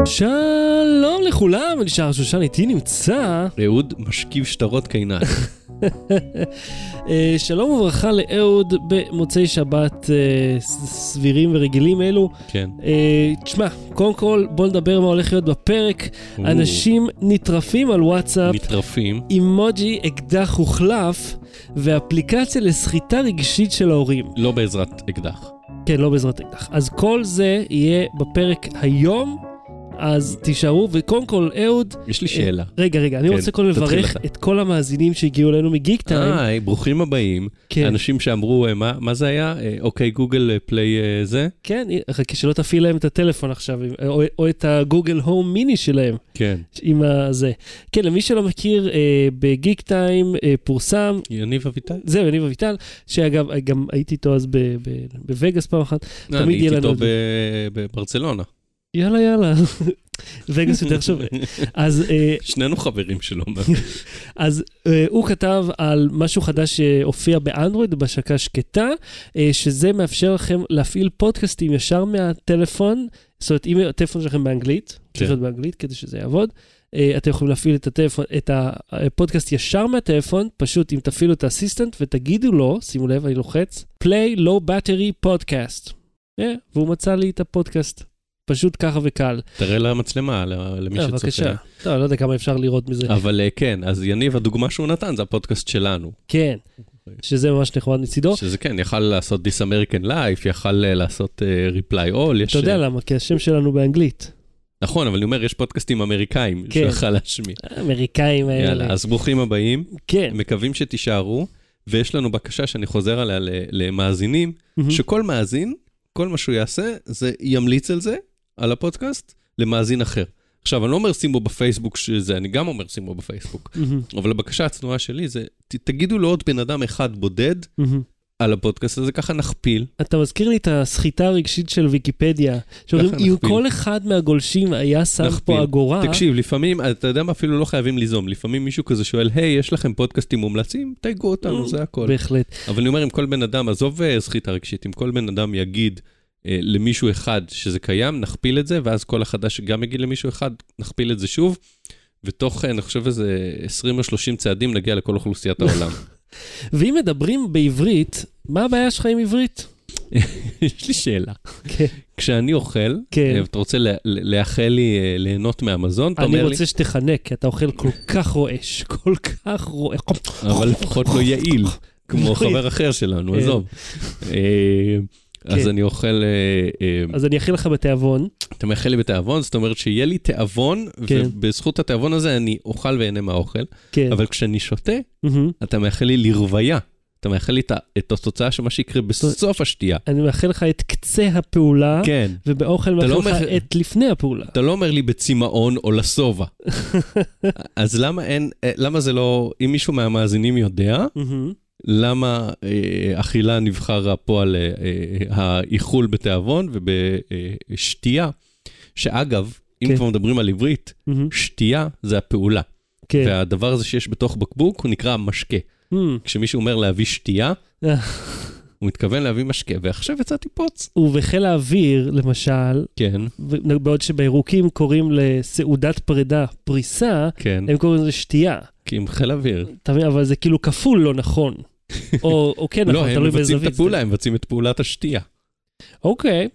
שלום לכולם, אני שער שושן, איתי נמצא אהוד משכיב שטרות קינן. שלום וברכה לאהוד במוצאי שבת סבירים ורגילים אלו. כן. תשמע, קודם כל בוא נדבר מה הולך להיות בפרק. אנשים נטרפים על וואטסאפ, נטרפים, אימוג'י אקדח הוחלף ואפליקציה לסחיטה רגשית של ההורים. לא בעזרת אקדח. כן, לא בעזרת אקדח. אז כל זה יהיה בפרק היום, אז תישארו, וקודם כל, אהוד... יש לי שאלה. רגע, אני רוצה קודם לברך את כל המאזינים שהגיעו אלינו מגיק טיים. ברוכים הבאים. אנשים שאמרו, מה זה היה? אוקיי, גוגל פליי זה? כן, רק שלא תפעיל להם את הטלפון עכשיו, או את הגוגל הום מיני שלהם. כן. עם הזה. כן, למי שלא מכיר, בגיק טיים פורסם... יניב אביטל? זהו, יניב אביטל, שאגב, גם הייתי איתו אז בווגאס פעם אחת. אני הייתי איתו בברצלונה. יאללה. וגאס יותר שווה. אז... שנינו חברים שלו. אז הוא כתב על משהו חדש שהופיע באנדרואיד, בהשקה שקטה, שזה מאפשר לכם להפעיל פודקאסטים ישר מהטלפון, זאת אומרת, אם הטלפון שלכם באנגלית, צריך להיות באנגלית כדי שזה יעבוד, אתם יכולים להפעיל את הפודקאסט ישר מהטלפון, פשוט אם תפעילו את האסיסטנט ותגידו לו, שימו לב, אני לוחץ, play low battery podcast. והוא מצא לי את הפודקאסט. פשוט ככה וקל. תראה למצלמה, למי שצופה. בבקשה. טוב, אני לא יודע כמה אפשר לראות מזה. אבל כן, אז יניב, הדוגמה שהוא נתן, זה הפודקאסט שלנו. כן, שזה ממש נחמד מצידו. שזה כן, יכל לעשות This American Life, יכל לעשות Reply All. אתה יודע למה, כי השם שלנו באנגלית. נכון, אבל אני אומר, יש פודקאסטים אמריקאים שיכל להשמיע. אמריקאים האלה. יאללה, אז ברוכים הבאים. כן. מקווים שתישארו, ויש לנו בקשה שאני חוזר עליה למאזינים, שכל מאזין, כל מה שהוא יעשה, זה ימליץ על זה, על הפודקאסט, למאזין אחר. עכשיו, אני לא אומר שימו בפייסבוק שזה, אני גם אומר שימו בפייסבוק, אבל הבקשה הצנועה שלי זה, תגידו לו עוד בן אדם אחד בודד, על הפודקאסט הזה, ככה נכפיל. אתה מזכיר לי את הסחיטה הרגשית של ויקיפדיה, שאומרים, אם כל אחד מהגולשים היה שם פה אגורה... תקשיב, לפעמים, אתה יודע מה, אפילו לא חייבים ליזום, לפעמים מישהו כזה שואל, היי, יש לכם פודקאסטים מומלצים? תייגו אותנו, זה הכל. בהחלט. אבל אני אומר, אם כל בן אדם, עזוב סחיטה רגשית, אם כל בן אדם יגיד למישהו אחד שזה קיים, נכפיל את זה, ואז כל החדש גם יגיד למישהו אחד, נכפיל את זה שוב, ותוך, אני חושב, איזה 20 או 30 צעדים נגיע לכל אוכלוסיית העולם. ואם מדברים בעברית, מה הבעיה שלך עם עברית? יש לי שאלה. כשאני אוכל, ואתה רוצה לאחל לי ליהנות מהמזון, אתה אומר לי... אני רוצה שתחנק, כי אתה אוכל כל כך רועש, כל כך רועש. אבל לפחות לא יעיל, כמו חבר אחר שלנו, עזוב. אז אני אוכל... אז אני אכיל לך בתיאבון. אתה מאכל לי בתיאבון, זאת אומרת שיהיה לי תיאבון, ובזכות התיאבון הזה אני אוכל ואהנה מהאוכל, אבל כשאני שותה, אתה מאכל לי לרוויה. אתה מאכל לי את התוצאה של מה שיקרה בסוף השתייה. אני מאכל לך את קצה הפעולה, ובאוכל מאכל לך את לפני הפעולה. אתה לא אומר לי בצמאון או לסובה. אז למה זה לא... אם מישהו מהמאזינים יודע... למה אכילה נבחר הפועל האיחול בתיאבון ובשתייה, שאגב, אם כבר מדברים על עברית, שתייה זה הפעולה. והדבר הזה שיש בתוך בקבוק הוא נקרא משקה. כשמישהו אומר להביא שתייה, הוא מתכוון להביא משקה, ועכשיו יצאתי פוץ. ובחיל האוויר, למשל, בעוד שבירוקים קוראים לסעודת פרידה פריסה, הם קוראים לזה שתייה. כי עם חיל אוויר. אבל זה כאילו כפול לא נכון. או כן, נכון, תלוי באיזה זווית. לא, הם מבצעים את הפעולה, הם מבצעים את פעולת השתייה. אוקיי,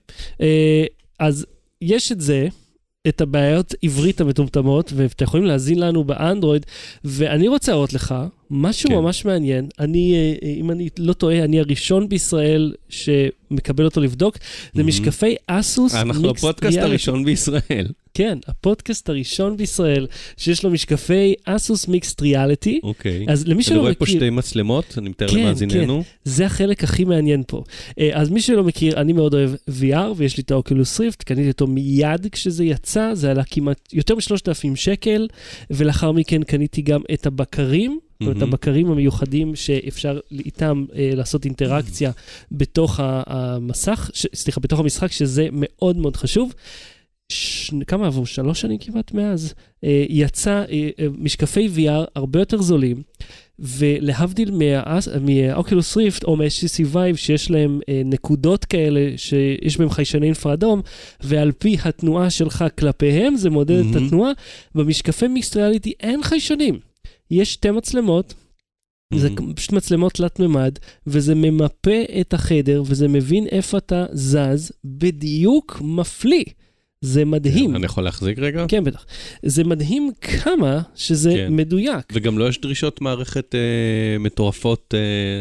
אז יש את זה, את הבעיות עברית המטומטמות, ואתם יכולים להזין לנו באנדרואיד, ואני רוצה לראות לך משהו ממש מעניין. אם אני לא טועה, אני הראשון בישראל שמקבל אותו לבדוק, זה משקפי אסוס. אנחנו הפודקאסט הראשון בישראל. כן, הפודקאסט הראשון בישראל, שיש לו משקפי אסוס מיקסט ריאליטי. אוקיי. אז למי שלא מכיר... אני רואה פה שתי מצלמות, אני מתאר למאזיננו. כן, זה החלק הכי מעניין פה. אז מי שלא מכיר, אני מאוד אוהב VR, ויש לי את האוקולוס ריפט, קניתי אותו מיד כשזה יצא, זה עלה כמעט יותר מ$3,000 שקל, ולאחר מכן קניתי גם את הבקרים, את הבקרים המיוחדים שאפשר איתם לעשות אינטראקציה בתוך המסך, סליחה, בתוך המשחק, שזה מאוד מאוד חשוב. כמה עברו? 3 שנים כמעט מאז, יצא משקפי VR הרבה יותר זולים, ולהבדיל מהאוקולוס ריפט או מה-HTC Vive שיש להם נקודות כאלה שיש בהם חיישני אינפראדום, ועל פי התנועה שלך כלפיהם זה מודד את התנועה, במשקפי מיקסט ריאליטי אין חיישנים. יש 2 מצלמות, זה פשוט מצלמות תלת ממד, וזה ממפה את החדר, וזה מבין איפה אתה זז, בדיוק מפליא. זה מדהים. אני יכול להחזיק רגע? כן, בטח. זה מדהים כמה שזה מדויק. וגם לא יש דרישות מערכת מטורפות.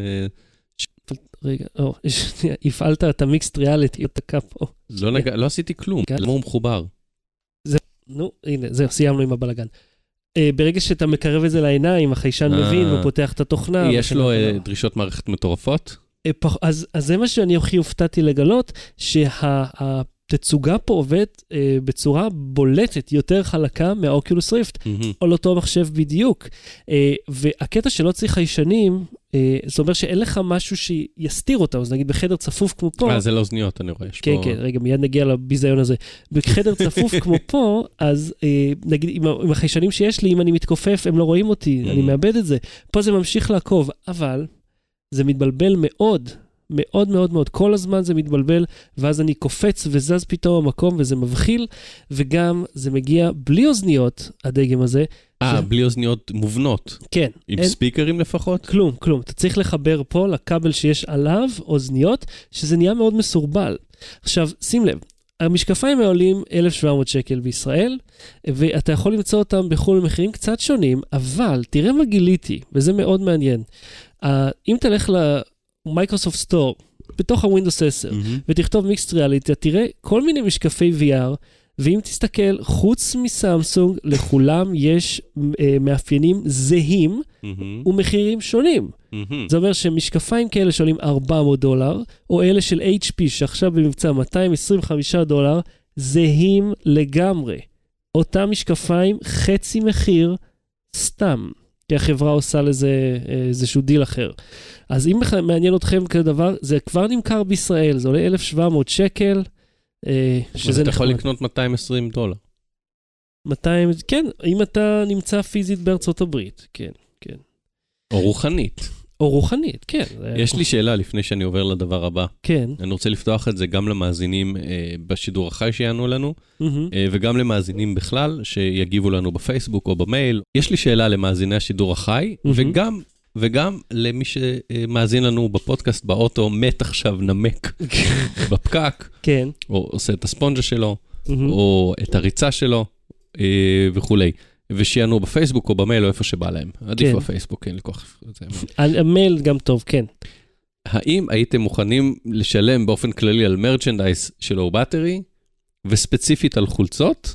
רגע, הפעלת את המיקסט ריאליטי, את הקאפ. לא עשיתי כלום, למה הוא מחובר? נו, הנה, זהו, סיימנו עם הבלגן. ברגע שאתה מקרב את זה לעיניים, החיישן מבין ופותח את התוכנה. יש לו דרישות מערכת מטורפות? אז זה מה שאני הכי הופתעתי לגלות, שהתצוגה פה עובדת בצורה בולטת, יותר חלקה מהאוקולוס ריפט, או לאותו מחשב בדיוק. והקטע שלא צריך חיישנים, זאת אומרת שאין לך משהו שיסתיר אותה, אז נגיד בחדר צפוף כמו פה... זה לא אוזניות, אני רואה. כן, כן, רגע, מיד נגיע לביזיון הזה. בחדר צפוף כמו פה, אז נגיד עם החיישנים שיש לי, אם אני מתכופף, הם לא רואים אותי, אני מאבד את זה. פה זה ממשיך לעקוב, אבל זה מתבלבל מאוד, מאוד מאוד מאוד, כל הזמן זה מתבלבל, ואז אני קופץ וזז פתאום במקום, וזה מבחיל, וגם זה מגיע בלי אוזניות, הדגם הזה. בלי אוזניות מובנות. כן. עם ספיקרים לפחות? כלום, כלום. אתה צריך לחבר פה לכבל שיש עליו אוזניות, שזה נהיה מאוד מסורבל. עכשיו, שים לב, המשקפיים עולים 1,700 שקל בישראל, ואתה יכול למצוא אותם בחול מחירים קצת שונים, אבל תראה מה גיליתי, וזה מאוד מעניין. אם תלך למייקרוסופט סטור, בתוך הווינדוס 10, ותכתוב מיקסט ריאליטי, תראה כל מיני משקפי VR, ואם תסתכל, חוץ מסמסונג, לכולם יש מאפיינים זהים ומחירים שונים. זה אומר שמשקפיים כאלה שעולים $400, או אלה של HP שעכשיו במבצע $225, זהים לגמרי. אותם משקפיים חצי מחיר סתם, כי החברה עושה לזה איזשהו דיל אחר. אז אם מעניין אתכם כזה דבר, זה כבר נמכר בישראל, זה עולה 1,700 שקל, שזה אתה יכול לקנות $220. 200, כן, אם אתה נמצא פיזית בארצות הברית, כן, כן. או רוחנית. או רוחנית, כן. יש לי שאלה לפני שאני עובר לדבר הבא. כן. אני רוצה לפתוח את זה גם למאזינים בשידור החי שיענו לנו, וגם למאזינים בכלל שיגיבו לנו בפייסבוק או במייל. יש לי שאלה למאזיני השידור החי, וגם למי שמאזין לנו בפודקאסט באוטו, מת עכשיו נמק בפקק, כן. או עושה את הספונג'ה שלו, או את הריצה שלו, וכולי. ושיענו בפייסבוק או במייל או איפה שבא להם. עדיף בפייסבוק, כן, לקוח. המייל גם טוב, כן. האם הייתם מוכנים לשלם באופן כללי על מרצ'נדייז של אורבטרי, וספציפית על חולצות,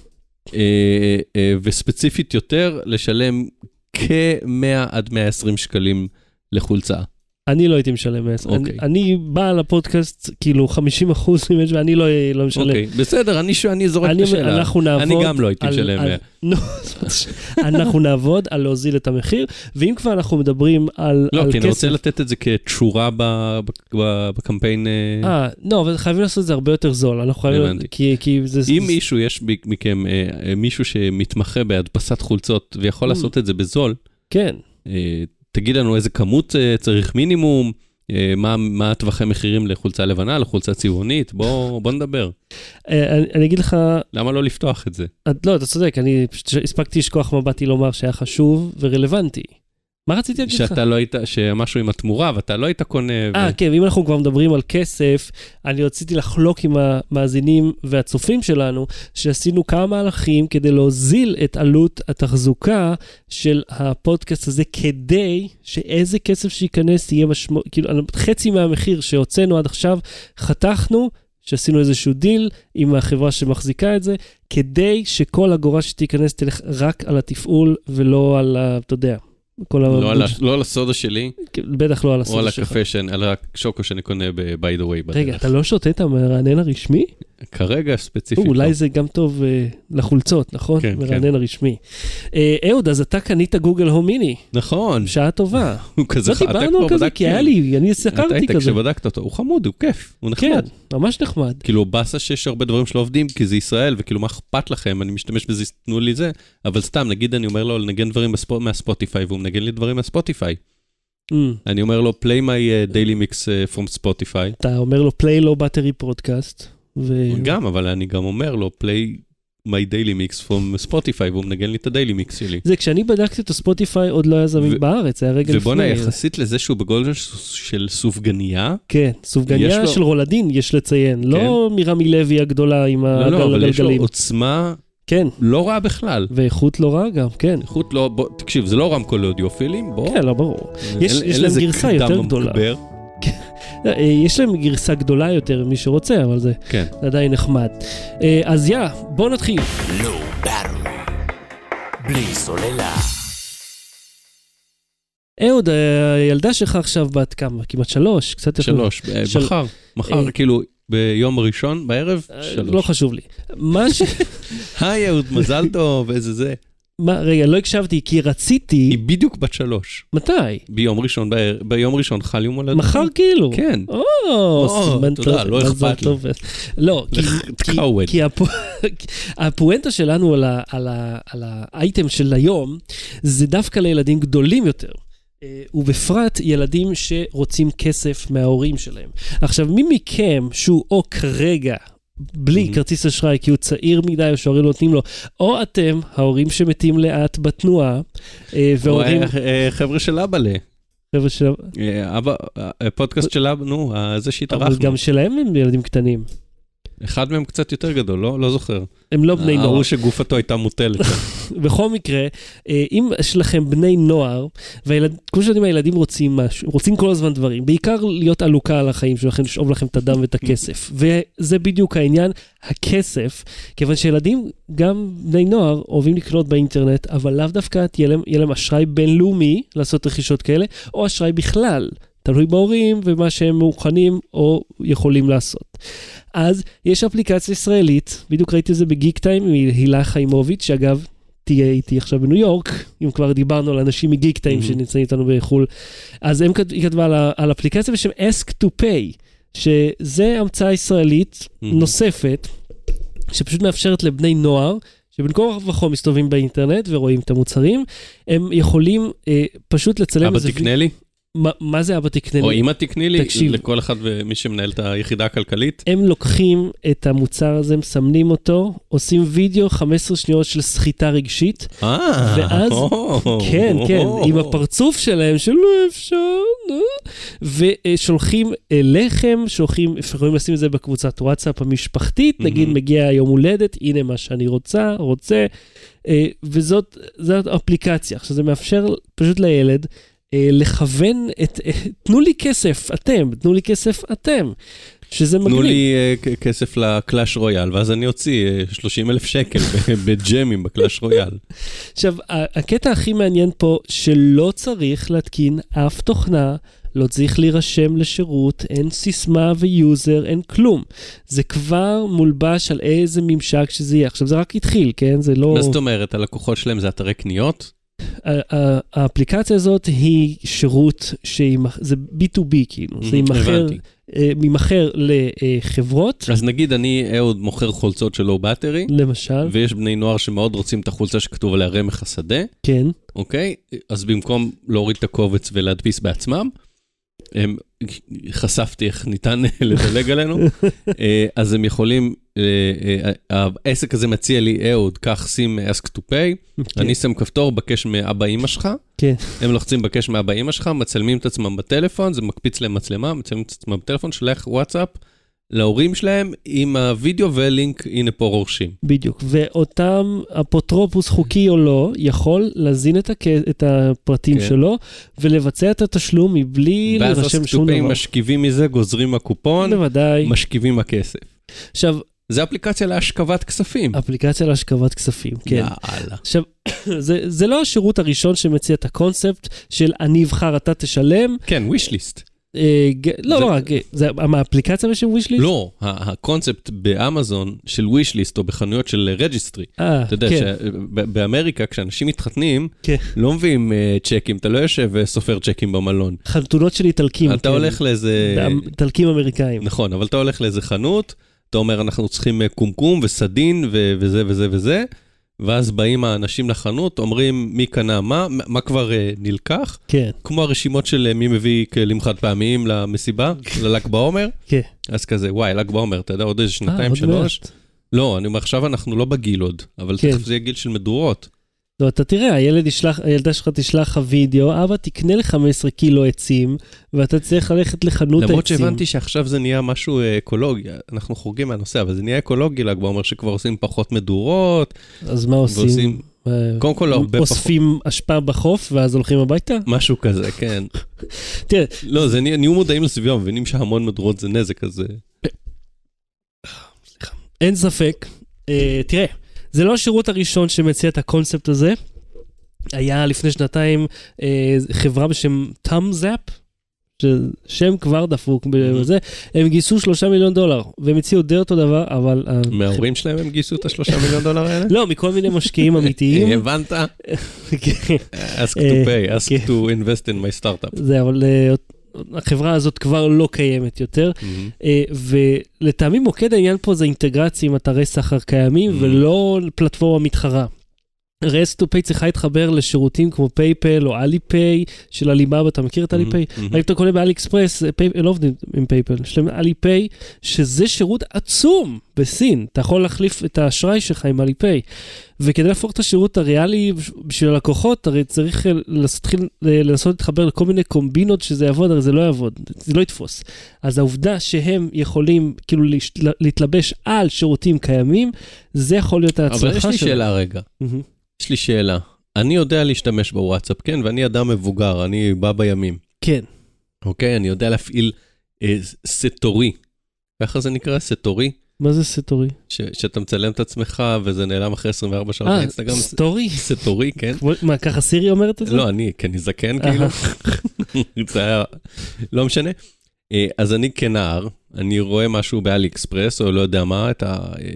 וספציפית יותר לשלם כ-100 עד 120 שקלים לחולצה? אני לא הייתי משלם 100. אני בא לפודקאסט, כאילו 50% ממש, ואני לא משלם. אוקיי, בסדר, אני זורק את השאלה. אני גם לא הייתי משלם 100. אנחנו נעבוד על להוזיל את המחיר, ואם כבר אנחנו מדברים על כסף... לא, כי אני רוצה לתת את זה כתשורה בקמפיין... לא, אבל חייבים לעשות את זה הרבה יותר זול. אם מישהו, יש מכם מישהו שמתמחה בהדפסת חולצות, ויכול לעשות את זה בזול, כן. תגיד לנו איזה כמות צריך מינימום, מה טווחי מחירים לחולצה לבנה, לחולצה צבעונית, בוא נדבר. אני אגיד לך... למה לא לפתוח את זה? לא, אתה צודק, אני הספקתי לשכוח מה באתי לומר שהיה חשוב ורלוונטי. מה רציתי להגיד לך? שאתה לא היית, שמשהו עם התמורה, ואתה לא היית קונה... כן, ואם אנחנו כבר מדברים על כסף, אני רציתי לחלוק עם המאזינים והצופים שלנו, שעשינו כמה מהלכים כדי להוזיל את עלות התחזוקה של הפודקאסט הזה, כדי שאיזה כסף שייכנס תהיה משמעות, כאילו, חצי מהמחיר שהוצאנו עד עכשיו, חתכנו, שעשינו איזשהו דיל עם החברה שמחזיקה את זה, כדי שכל אגורה שתיכנס תלך רק על התפעול, ולא על, אתה יודע, לא על הסודה שלי. בטח לא על הסודה שלך. או על הקפה, על השוקו שאני קונה ב-by the way. רגע, אתה לא שותה את המרענן הרשמי? כרגע ספציפית. אולי זה גם טוב לחולצות, נכון? מרענן הרשמי. אהוד, אז אתה קנית גוגל הום מיני. נכון. שעה טובה. הוא כזה, לא דיברנו על כזה, כי היה לי, אני סקרתי כזה. כשבדקת אותו, הוא חמוד, הוא כיף, הוא נחמד. כן, ממש נחמד. כאילו, בסה שיש הרבה דברים שלא עובדים, כי זה ישראל, וכאילו, מה אכפת לכם? אני משתמש בזה, תנו לי זה. אבל סתם, נגיד, אני אומר לו, לנגן דברים מהספוטיפיי, והוא מנגן לי דברים מהספוטיפיי. אני אומר לו, play my daily mix from Spotify. אתה אומר לו, play low battery podcast. גם, אבל אני גם אומר לו, play my daily mix from Spotify, והוא מנגן לי את הדיילי מיקס שלי. זה, כשאני בדקתי את הספוטיפיי, עוד לא היה זמין בארץ, היה רגע לפני. ובונה, יחסית לזה שהוא בגולדן של סופגניה. כן, סופגניה של רולדין, יש לציין. לא מרמי לוי הגדולה עם הגלגלים. לא, אבל יש לו עוצמה לא רעה בכלל. ואיכות לא רעה גם, כן. איכות לא, תקשיב, זה לא רמקול אודיופילים, בוא. כן, לא, ברור. יש להם גרסה יותר גדולה. יש להם גרסה גדולה יותר מי שרוצה, אבל זה עדיין נחמד. אז בואו נתחיל. בלי סוללה. אהוד, הילדה שלך עכשיו בת כמה? כמעט 3, קצת יותר. 3, מחר, כאילו ביום ראשון, בערב, 3. לא חשוב לי. היי אהוד, מזל טוב, איזה זה. רגע, לא הקשבתי, כי רציתי... היא בדיוק בת 3. מתי? ביום ראשון חל יום הולדת. מחר כאילו? כן. תודה, לא אכפת לי. לא, כי הפואנטה שלנו על האייטם של היום, זה דווקא לילדים גדולים יותר. ובפרט ילדים שרוצים כסף מההורים שלהם. עכשיו, מי מכם שהוא או כרגע... בלי כרטיס אשראי, כי הוא צעיר מדי, או שההורים לא נותנים לו, או אתם, ההורים שמתים לאט בתנועה, והורים... חבר'ה של אבא לה. חבר'ה של אבא, הפודקאסט של אבא, נו, זה שהתארחנו. אבל גם שלהם הם ילדים קטנים. אחד מהם קצת יותר גדול, לא זוכר. הם לא בני נוער. הוא שגופתו הייתה מוטלת. בכל מקרה, אם יש לכם בני נוער, כמו שאתם הילדים רוצים משהו, רוצים כל הזמן דברים, בעיקר להיות עלוקה על החיים שלכם, לשאוב לכם את הדם ואת הכסף. וזה בדיוק העניין, הכסף, כיוון שילדים, גם בני נוער, אוהבים לקנות באינטרנט, אבל לאו דווקא יהיה להם אשראי בינלאומי לעשות רכישות כאלה, או אשראי בכלל. תלוי בהורים ומה שהם מוכנים או יכולים לעשות. אז יש אפליקציה ישראלית, בדיוק ראיתי את זה בגיק טיים, מהילה חיימוביץ', שאגב, תהיה איתי עכשיו בניו יורק, אם כבר דיברנו על אנשים מגיק טיים שנמצאים איתנו בחול, אז היא כתבה על אפליקציה בשם Ask to Pay, שזה המצאה ישראלית נוספת, שפשוט מאפשרת לבני נוער, שבין כה וכה מסתובבים באינטרנט ורואים את המוצרים, הם יכולים פשוט לצלם... אבא תקנה לי? מה זה אבא תקנה לי? או אמא תקני לי, לכל אחד ומי שמנהל את היחידה הכלכלית. הם לוקחים את המוצר הזה, מסמנים אותו, עושים וידאו 15 שניות של סחיטה רגשית, ואז, כן, עם הפרצוף שלהם, שלא אפשר, ושולחים אליכם, יכולים לשים את זה בקבוצת וואטסאפ המשפחתית, נגיד מגיע יום הולדת, הנה מה שאני רוצה, וזאת אפליקציה, עכשיו זה מאפשר פשוט לילד, לכוון תנו לי כסף, אתם, שזה מגניב. תנו לי כסף לקלאש רויאל, ואז אני אוציא 30,000 שקל בג'מים בקלאש רויאל. עכשיו, הקטע הכי מעניין פה, שלא צריך להתקין אף תוכנה, לא צריך להירשם לשירות, אין סיסמה ויוזר, אין כלום. זה כבר מולבש על איזה ממשק שזה יהיה. עכשיו, זה רק התחיל, כן? זה לא... מה זאת אומרת? הלקוחות שלהם זה אתרי קניות? האפליקציה הזאת היא שירות זה B2B כאילו, זה ממחר לחברות. אז נגיד אני אהוד מוכר חולצות של לואו בטרי, למשל, ויש בני נוער שמאוד רוצים את החולצה שכתוב עליה רמח השדה, כן, אוקיי, אז במקום להוריד את הקובץ ולהדפיס בעצמם, חשפתי איך ניתן לדלג עלינו, אז הם יכולים, העסק הזה מציע לי, אהוד, כך שים ask to pay, אני שם כפתור, בקש מאבא אמא שלך, הם לוחצים בקש מאבא אמא שלך, מצלמים את עצמם בטלפון, זה מקפיץ להם מצלמה, מצלמים את עצמם בטלפון, שלח וואטסאפ, להורים שלהם עם הוידאו ולינק, הנה פה רורשים. בדיוק, ואותם אפוטרופוס חוקי או לא, יכול להזין את הפרטים שלו, ולבצע את התשלום מבלי להירשם שום דבר. ואז משכיבים מזה, גוזרים הקופון, בוודאי. משכיבים הכסף. עכשיו, זה אפליקציה להשכבת כספים. אפליקציה להשכבת כספים, כן. יאללה. עכשיו, זה לא השירות הראשון שמציע את הקונספט של אני אבחר, אתה תשלם. כן, wish list. לא רק, זה האפליקציה בשם ווישליסט? לא, הקונספט באמזון של ווישליסט, או בחנויות של רג'יסטרי. אתה יודע שבאמריקה, כשאנשים מתחתנים, לא מביאים צ'קים, אתה לא יושב וסופר צ'קים במלון. חתונות של איטלקים. אתה הולך לאיזה... איטלקים אמריקאים. נכון, אבל אתה הולך לאיזה חנות, אתה אומר, אנחנו צריכים קומקום וסדין וזה וזה וזה, ואז באים האנשים לחנות, אומרים מי קנה מה כבר נלקח, כן. כמו הרשימות של מי מביא כלים חד פעמיים למסיבה, לל"ג בעומר, כן. אז כזה, וואי, ל"ג בעומר, אתה יודע, עוד איזה 2-3? לא, אני אומר, עכשיו אנחנו לא בגיל עוד, אבל תכף זה יהיה גיל של מדורות. לא, אתה תראה, הילדה שלך תשלח לך וידאו, אבא תקנה ל-15 קילו עצים, ואתה צריך ללכת לחנות העצים. למרות שהבנתי שעכשיו זה נהיה משהו אקולוגי, אנחנו חורגים מהנושא, אבל זה נהיה אקולוגי, ל"ג בעומר שכבר עושים פחות מדורות. אז מה עושים? קודם כל הרבה פחות. אוספים אשפה בחוף, ואז הולכים הביתה? משהו כזה, כן. תראה. לא, זה נהיו מודעים לסביבה, מבינים שהמון מדורות זה נזק, אז... סליחה. אין ספק. תראה. זה לא השירות הראשון שמציע את הקונספט הזה. היה לפני שנתיים חברה בשם תאמזאפ, שם כבר דפוק בזה, הם גייסו $3 מיליון, והם הציעו די אותו דבר, אבל... מההורים שלהם הם גייסו את $3 מיליון האלה? לא, מכל מיני משקיעים אמיתיים. הבנת? ask to pay, ask to invest in my startup. זה, אבל... החברה הזאת כבר לא קיימת יותר, ולטעמי מוקד העניין פה זה אינטגרציה עם אתרי סחר קיימים, ולא פלטפורמה מתחרה. רסט-טו-פיי צריכה להתחבר לשירותים כמו פייפל או אלי-פיי של אליבאבא, אתה מכיר את אלי-פיי? אם אתה קונה באלי אקספרס, לא עובדים עם פייפל, יש להם אלי-פיי, שזה שירות עצום בסין, אתה יכול להחליף את האשראי שלך עם אלי-פיי, וכדי להפוך את השירות הריאלי בשביל הלקוחות, הרי צריך לנסות להתחבר לכל מיני קומבינות שזה יעבוד, הרי זה לא יעבוד, זה לא יתפוס. אז העובדה שהם יכולים כאילו להתלבש על שירותים קיימים, זה יכול להיות ההצלחה. אבל יש לי שאלה רגע. יש לי שאלה. אני יודע להשתמש בוואטסאפ, כן? ואני אדם מבוגר, אני בא בימים. כן. אוקיי, אני יודע להפעיל סטורי. ככה זה נקרא? סטורי? מה זה סטורי? שאתה מצלם את עצמך וזה נעלם אחרי 24 שעות באינסטגרם. סטורי? סטורי, כן. מה, ככה סירי אומרת את זה? לא, כי אני זקן כאילו. זה היה... לא משנה. אז אני כנער, אני רואה משהו באלי אקספרס, או לא יודע מה, את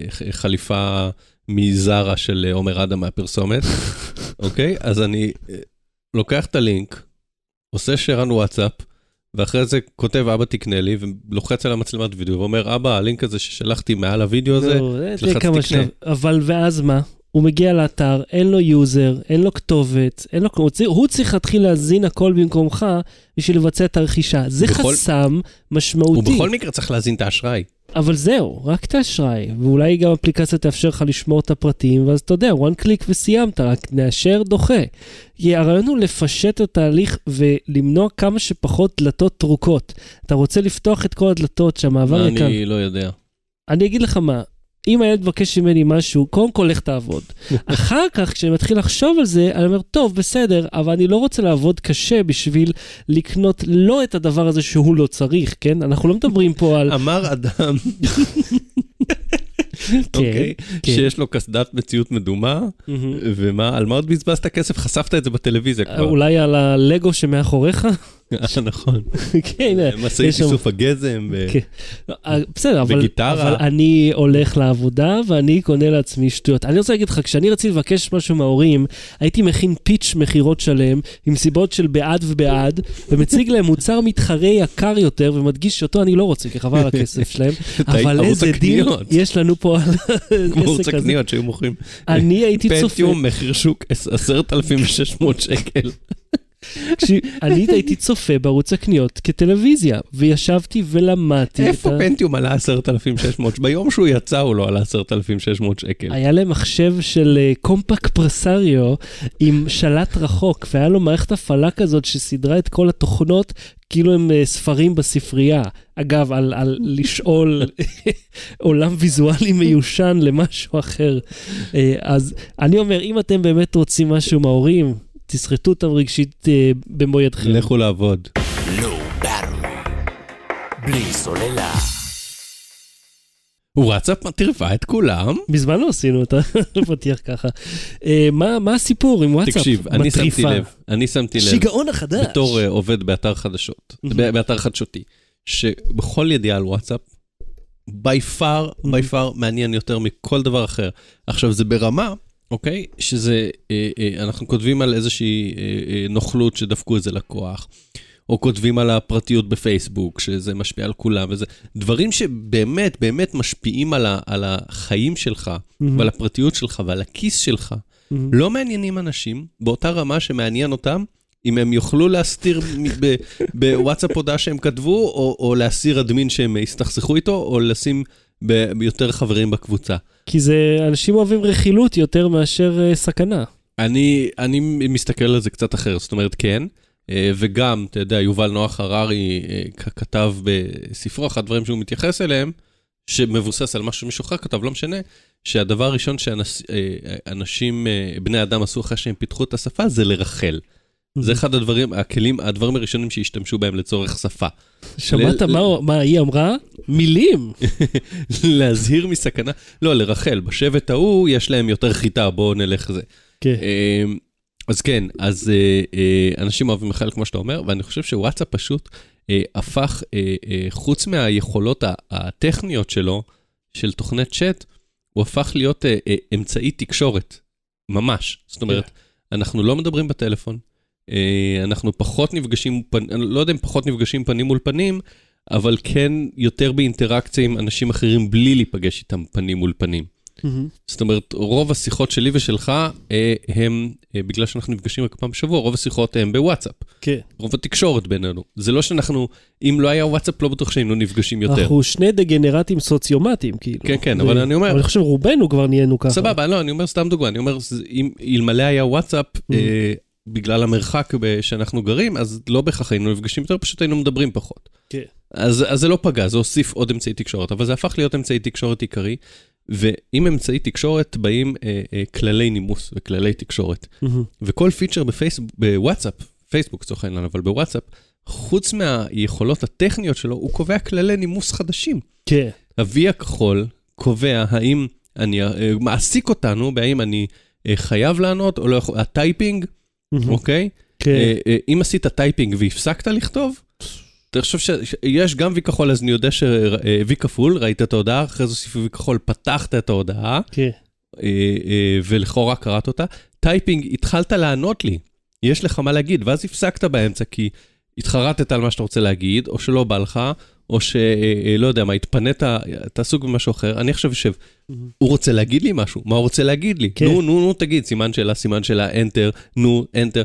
החליפה מזרה של עומר אדם מהפרסומת. אוקיי? אז אני לוקח את הלינק, עושה שרן וואטסאפ, ואחרי זה כותב, אבא תקנה לי, ולוחץ על המצלמת וידאו, ואומר, אבא, הלינק הזה ששלחתי מעל הוידאו הזה, לחץ תקנה. אבל ואז מה? הוא מגיע לאתר, אין לו יוזר, אין לו כתובת, אין לו... הוא צריך להתחיל להזין הכל במקומך, בשביל לבצע את הרכישה. זה חסם משמעותי. הוא בכל מקרה צריך להזין את האשראי. אבל זהו, רק את האשראי, ואולי גם אפליקציה תאפשר לך לשמור את הפרטים, ואז אתה יודע, one click וסיימת, רק נאשר דוחה. כי הרעיון הוא לפשט את התהליך ולמנוע כמה שפחות דלתות טרוקות. אתה רוצה לפתוח את כל הדלתות שהמעבר יקן. אני לא יודע. אני אגיד לך מה, אם הילד מבקש ממני משהו, קודם כל לך תעבוד. אחר כך, כשאני מתחיל לחשוב על זה, אני אומר, טוב, בסדר, אבל אני לא רוצה לעבוד קשה בשביל לקנות לא את הדבר הזה שהוא לא צריך, כן? אנחנו לא מדברים פה על... אמר אדם, אוקיי, שיש לו קסדת מציאות מדומה, ומה, על מה עוד בזבזת הכסף? חשפת את זה בטלוויזיה כבר. אולי על הלגו שמאחוריך? נכון. כן. מסעי איסוף הגזם. בסדר, אבל אני הולך לעבודה ואני קונה לעצמי שטויות. אני רוצה להגיד לך, כשאני רציתי לבקש משהו מההורים, הייתי מכין פיץ' מחירות שלם, עם סיבות של בעד ובעד, ומציג להם מוצר מתחרה יקר יותר, ומדגיש שאותו אני לא רוצה, כי חבל הכסף שלהם. אבל איזה דיל יש לנו פה על כמו ערוץ הקניות שהיו מוכרים. אני הייתי צופה. פנטיום מחיר שוק 10,600 שקל. אני הייתי צופה בערוץ הקניות כטלוויזיה, וישבתי ולמדתי. איפה פנטיום עלה 10,600? ביום שהוא יצא הוא לא עלה 10,600 שקל. היה להם מחשב של קומפק פרסריו עם שלט רחוק, והיה לו מערכת הפעלה כזאת שסדרה את כל התוכנות, כאילו הם ספרים בספרייה. אגב, על לשאול עולם ויזואלי מיושן למשהו אחר. אז אני אומר, אם אתם באמת רוצים משהו מההורים, תסחטו אותם רגשית במו ידכם. לכו לעבוד. לא ברור. בלי סוללה. וואטסאפ מטריפה את כולם. בזמן לא עשינו את הפתיח ככה. מה הסיפור עם וואטסאפ? תקשיב, אני שמתי לב. שיגעון החדש. בתור עובד באתר חדשות, באתר חדשותי, שבכל ידיעה על וואטסאפ, by far מעניין יותר מכל דבר אחר. עכשיו, זה ברמה, אוקיי? שזה, אנחנו כותבים על איזושהי נוכלות שדפקו איזה לקוח, או כותבים על הפרטיות בפייסבוק, שזה משפיע על כולם, וזה דברים שבאמת, באמת משפיעים על החיים שלך, ועל הפרטיות שלך, ועל הכיס שלך. לא מעניינים אנשים, באותה רמה שמעניין אותם, אם הם יוכלו להסתיר בוואטסאפ הודעה שהם כתבו, או להסיר אדמין שהם הסתכסכו איתו, או לשים ביותר חברים בקבוצה. כי זה, אנשים אוהבים רכילות יותר מאשר סכנה. אני מסתכל על זה קצת אחר, זאת אומרת כן, וגם, אתה יודע, יובל נוח הררי כתב בספרו, אחד הדברים שהוא מתייחס אליהם, שמבוסס על משהו מישהו אחר כתב, לא משנה, שהדבר הראשון שאנשים, בני אדם עשו אחרי שהם פיתחו את השפה, זה לרחל. זה אחד הדברים הראשונים שהשתמשו בהם לצורך שפה. שמעת מה היא אמרה? מילים. להזהיר מסכנה. לא, לרחל, בשבט ההוא יש להם יותר חיטה, בואו נלך זה. אז כן, אז אנשים אוהבים לחלק כמו שאתה אומר, ואני חושב שוואטסאפ פשוט הפך, חוץ מהיכולות הטכניות שלו, של תוכנת צ'אט, הוא הפך להיות אמצעי תקשורת, ממש. זאת אומרת, אנחנו לא מדברים בטלפון, אנחנו פחות נפגשים, לא יודע אם פחות נפגשים פנים מול פנים, אבל כן יותר באינטראקציה עם אנשים אחרים בלי להיפגש איתם פנים מול פנים. זאת אומרת, רוב השיחות שלי ושלך הם, בגלל שאנחנו נפגשים רק פעם בשבוע, רוב השיחות הם בוואטסאפ. כן. רוב התקשורת בינינו. זה לא שאנחנו, אם לא היה וואטסאפ, לא בטוח שהיינו נפגשים יותר. אנחנו שני דגנרטים סוציומטיים, כאילו. כן, כן, אבל אני אומר... אבל אני חושב, רובנו כבר נהיינו ככה. סבבה, לא, אני אומר סתם דוגמה, אני אומר, אם אלמלא היה וואטסאפ, בגלל המרחק שאנחנו גרים, אז לא בכך היינו נפגשים יותר, פשוט היינו מדברים פחות. כן. אז זה לא פגע, זה הוסיף עוד אמצעי תקשורת, אבל זה הפך להיות אמצעי תקשורת עיקרי, ועם אמצעי תקשורת באים כללי נימוס וכללי תקשורת. וכל פיצ'ר בוואטסאפ, פייסבוק צורך העניין, אבל בוואטסאפ, חוץ מהיכולות הטכניות שלו, הוא קובע כללי נימוס חדשים. כן. הוי הכחול קובע האם אני מעסיק אותנו, בהאם אני חייב לענות או לא יכול, הטייפינג, אוקיי? כן. אם עשית טייפינג והפסקת לכתוב, אתה חושב שיש גם וי כחול, אז אני יודע שווי כפול, ראית את ההודעה, אחרי זה הוסיפו וי כחול, פתחת את ההודעה, ולכאורה קראת אותה. טייפינג, התחלת לענות לי, יש לך מה להגיד, ואז הפסקת באמצע, כי התחרטת על מה שאתה רוצה להגיד, או שלא בא לך, או שלא יודע מה, התפנית, תעסוק במשהו אחר. אני חושב הוא רוצה להגיד לי משהו, מה הוא רוצה להגיד לי? נו, תגיד, סימן שאלה, enter, נו, enter.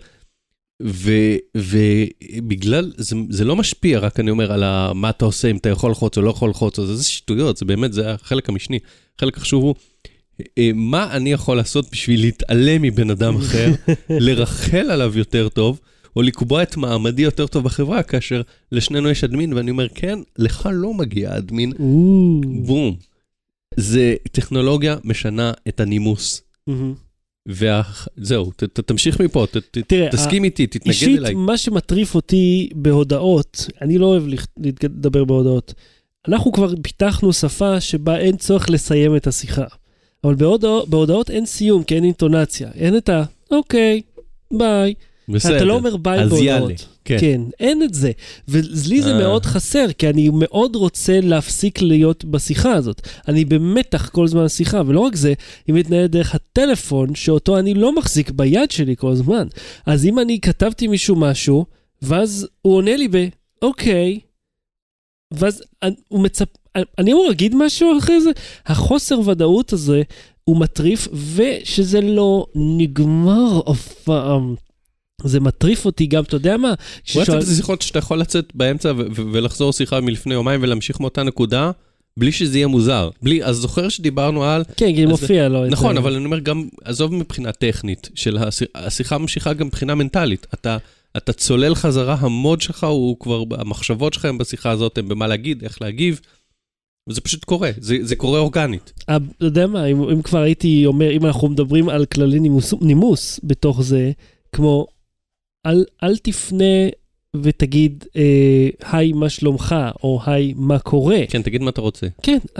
ובגלל, זה לא משפיע, רק אני אומר, על מה אתה עושה, אם אתה יכול לחוץ או לא יכול לחוץ, זה שטויות, זה באמת, זה החלק המשני. החלק החשוב הוא, מה אני יכול לעשות בשביל להתעלם מבן אדם אחר, לרחל עליו יותר טוב, או לקבוע את מעמדי יותר טוב בחברה, כאשר לשנינו יש אדמין, ואני אומר, כן, לך לא מגיע אדמין, בום. זה טכנולוגיה משנה את הנימוס. וזהו, תמשיך מפה, תסכים איתי, תתנגד אליי. אישית, מה שמטריף אותי בהודעות, אני לא אוהב לדבר בהודעות, אנחנו כבר פיתחנו שפה שבה אין צורך לסיים את השיחה. אבל בהודעות אין סיום, כי אין אינטונציה. אין את אוקיי, ביי. בסדר. אתה לא אומר ביי בהודעות. כן, אין את זה. ולי זה מאוד חסר, כי אני מאוד רוצה להפסיק להיות בשיחה הזאת. אני במתח כל זמן השיחה, ולא רק זה, אם מתנהל דרך הטלפון, שאותו אני לא מחזיק ביד שלי כל זמן. אז אם אני כתבתי מישהו משהו, ואז הוא עונה לי אוקיי, ואז אני אמור להגיד משהו אחרי זה, החוסר ודאות הזה הוא מטריף, ושזה לא נגמר אף פעם. זה מטריף אותי גם, אתה יודע מה? וואטסאפ זה שיחות שאתה יכול לצאת באמצע ולחזור שיחה מלפני יומיים ולהמשיך מאותה נקודה, בלי שזה יהיה מוזר. אז זוכר שדיברנו על... כן, כי מופיע לו. נכון, אבל אני אומר גם, עזוב מבחינה טכנית, של השיחה ממשיכה גם מבחינה מנטלית. אתה צולל חזרה, המוד שלך הוא כבר, המחשבות שלך הם בשיחה הזאת, הם במה להגיד, איך להגיב, וזה פשוט קורה, זה קורה אורגנית. אתה יודע מה, אם כבר הייתי אומר, אם אנחנו מדברים על כללי נימוס בתוך זה, כמו, אל תפנה ותגיד, היי, מה שלומך, או היי, מה קורה. כן, תגיד מה אתה רוצה. כן,